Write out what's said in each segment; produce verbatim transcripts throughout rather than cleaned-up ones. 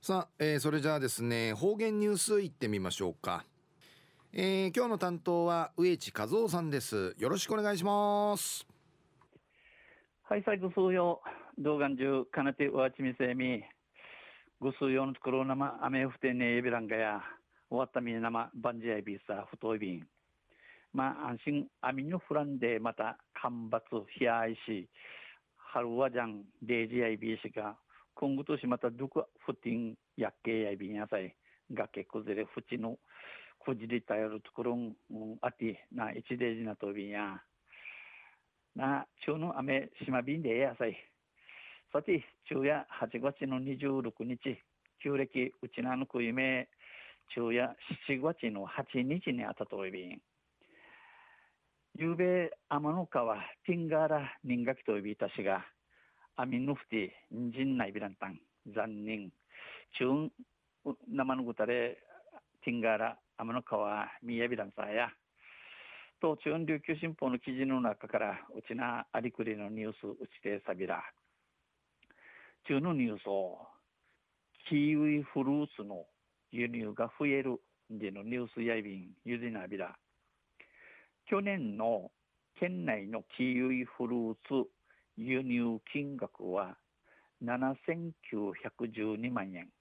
さあ、えーそれじゃあですね、方言ニュースいってみましょうか。えー今日の担当は植地和夫さんです。よろしくお願いします。 はい、最後数曜、動画中、かなてわちみせみ、ぐ数曜のところ生、雨降ってねえびらんがや、終わったみ生、バンジアイビーサ、太いびん。まあ、安心、網のフランで、また、干ばつ、冷やいし、春はじゃん、デイジアイビーしが、今後としまた、どこ、ふてん、やっけやいびんやさい、崖崩れ、ふちの、くじり頼るところん、うんあて、な、一デイジなとびんや。な、中の雨、しまびんでええやさい。さて、昼夜はちがつのにじゅうろくにち、旧暦うちなのく夢、昼夜しちがつのはちにちにあたといびん。ゆうべ、天の川、ティンガーラ、人垣といびいたしが、アミヌフティ、ンジンナイビランタン、残念。中、生のぐたれ、ティンガーラ、天の川、ミヤビランサーや、と、中琉球新報の記事の中から、うちなありくりのニュース、うちてさびら。中のニュースを、キウイフルーツの輸入が増えるでのニュースやいびん、ゆでなびら。去年の県内のキウイフルーツ輸入金額はななせんきゅうひゃくじゅうにまんえん。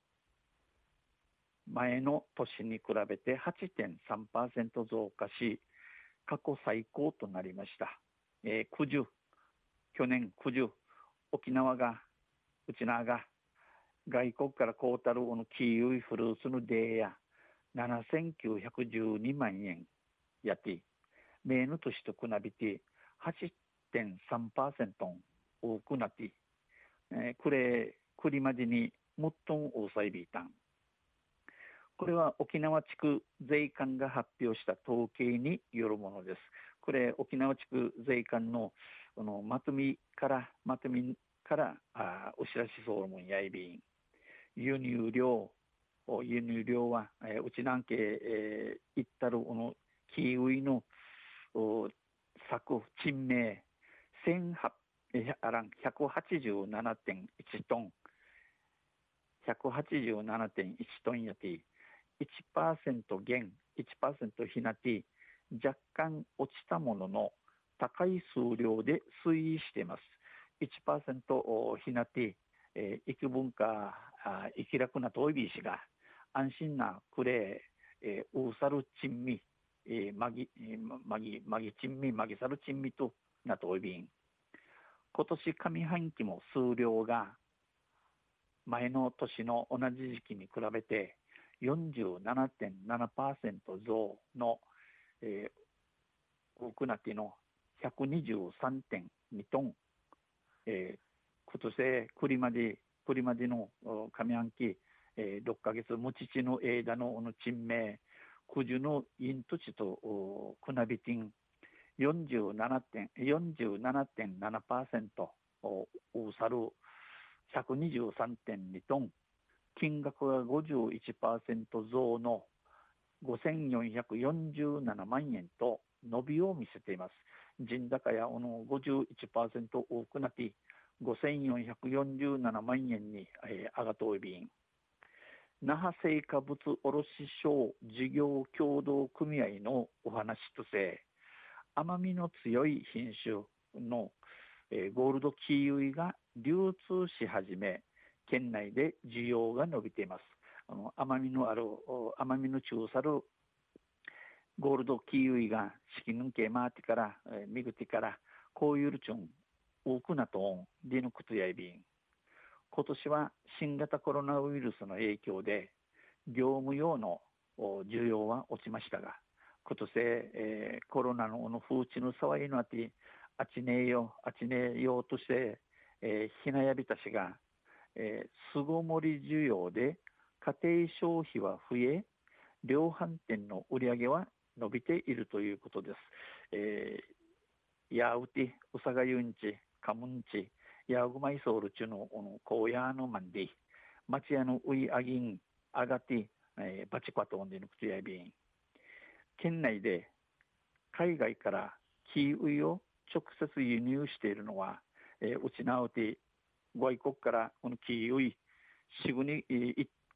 前の年に比べて はちてんさんパーセント 増加し、過去最高となりました。えー、くじゅう、去年くじゅう、沖縄が、うちなが、外国から買うたるこのキウイフルーツのデーやななせんきゅうひゃくじゅうにまんえんやって、前の年と比べて はちてんさんパーセント 多くなって、えー、これ、くりまでに最も多さいびいたん。これは沖縄地区税関が発表した統計によるものです。これ、沖縄地区税関のこのまとめから、まとめからあお知らしそうもんやいびん。輸入量、輸入量は、えー、うちなんけ、えー、いったるこのキウイの作珍名せんはっぴゃくはちじゅうななてんいちトン、ひゃくはちじゅうななてんいちトンやて、いちパーセント減、いちパーセントひなて、若干落ちたものの、高い数量で推移しています。いちパーセントひなて、えー、幾分か、生きらくなといびいしが、安心なくれ、えー、うさるちんみ、えー、まぎ、まぎ、まぎちんみ、まぎさるちんみとなといびん。今年上半期も数量が前の年の同じ時期に比べてよんじゅうななてんななパーセント 増の、えー、多くなっての ひゃくにじゅうさんてんにトン、えー、今年くりまで、くりまでの上半期、えー、ろっかげつ、むちちの枝のの珍名、くじゅのイントチとくなびてん、よんじゅうななてん、よんじゅうななてんななパーセント、おうさるひゃくにじゅうさんてんにトン、金額がごじゅういちパーセント増のごせんよんひゃくよんじゅうななまんえんと伸びを見せています。人高やおのごじゅういちパーセント多くなってごせんよんひゃくよんじゅうななまんえんに、えー、上がっておいびん。那覇成果物卸商事業協同組合のお話として甘みの強い品種の、えー、ゴールドキウイが流通し始め、県内で需要が伸びています。あの甘みのある甘みの中さるゴールドキウイが式抜け回ってから、えー、巡ってからこういうチュン多くなとんでのことやいびん。今年は新型コロナウイルスの影響で業務用の需要は落ちましたが、今年、えー、コロナの風知の騒ぎのあて、あちねえよ、あちねえよとして、えー、ひなやびたしが、えー、巣ごもり需要で家庭消費は増え、量販店の売り上げは伸びているということです。えー、やうて、うさがゆんち、かむんち、やぐまいそうるちゅの、こうやのまんで、町屋のういあぎん、あがて、えー、バチコとんでぬくとやびん。県内で海外からキウイを直接輸入しているのは、えー、うちなうて外国からこのキウイ、しぐに、えー、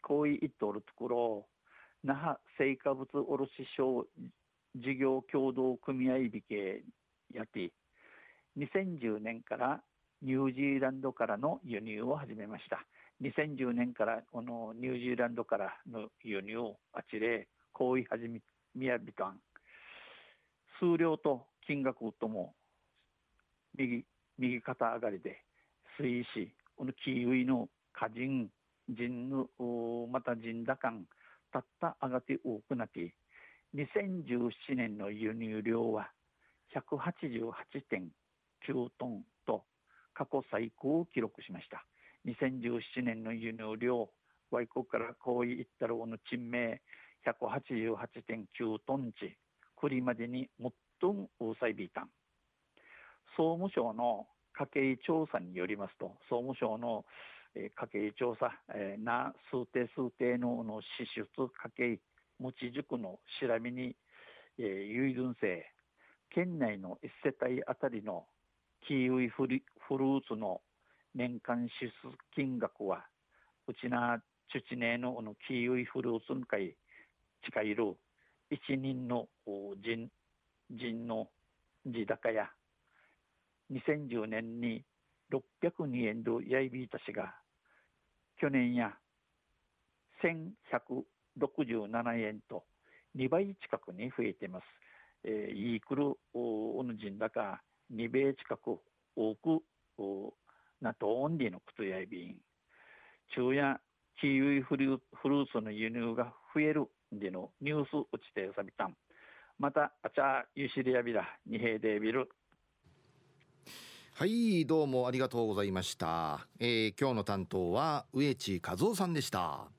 こういっとるところ、那覇成果物卸商事業協同組合引けやってにせんじゅうねんからニュージーランドからの輸入を始めました。にせんじゅうねんからこのニュージーランドからの輸入をあちれ行為始めみやびたん、数量と金額とも右右肩上がりで推移し、このキウイの果人人のまた人だかんたった上がって多くなってにせんじゅうななねんの輸入量は ひゃくはちじゅうはちてんきゅう トンと過去最高を記録しました。にせんじゅうななねんの輸入量、外国からこういったるおの賃名 ひゃくはちじゅうはちてんきゅう トンち、クリまでに最も多さいビータン。総務省の家計調査によりますと、総務省の家計調査、えー、な数定数定のの支出家計持ち塾の調べに、えー、遺分制、県内のいち世帯あたりのキウイフルーツの年間支出金額は、うちなチュチネののキウイフルーツの会近いる一人の人人の地高やにせんじゅうねんにろっぴゃくにえんどやいびいたしが去年やせんひゃくろくじゅうななえんとにばい近くに増えています。えー、イークルおの人だかにべい近く多くなとオンリーの靴やいびん昼夜キウイフルーツの輸入が増えるでのニュース打ちてさびたん。またあちゃゆしりやびらにへいでビル。 はい、どうもありがとうございました。えー、今日の担当は植地和夫さんでした。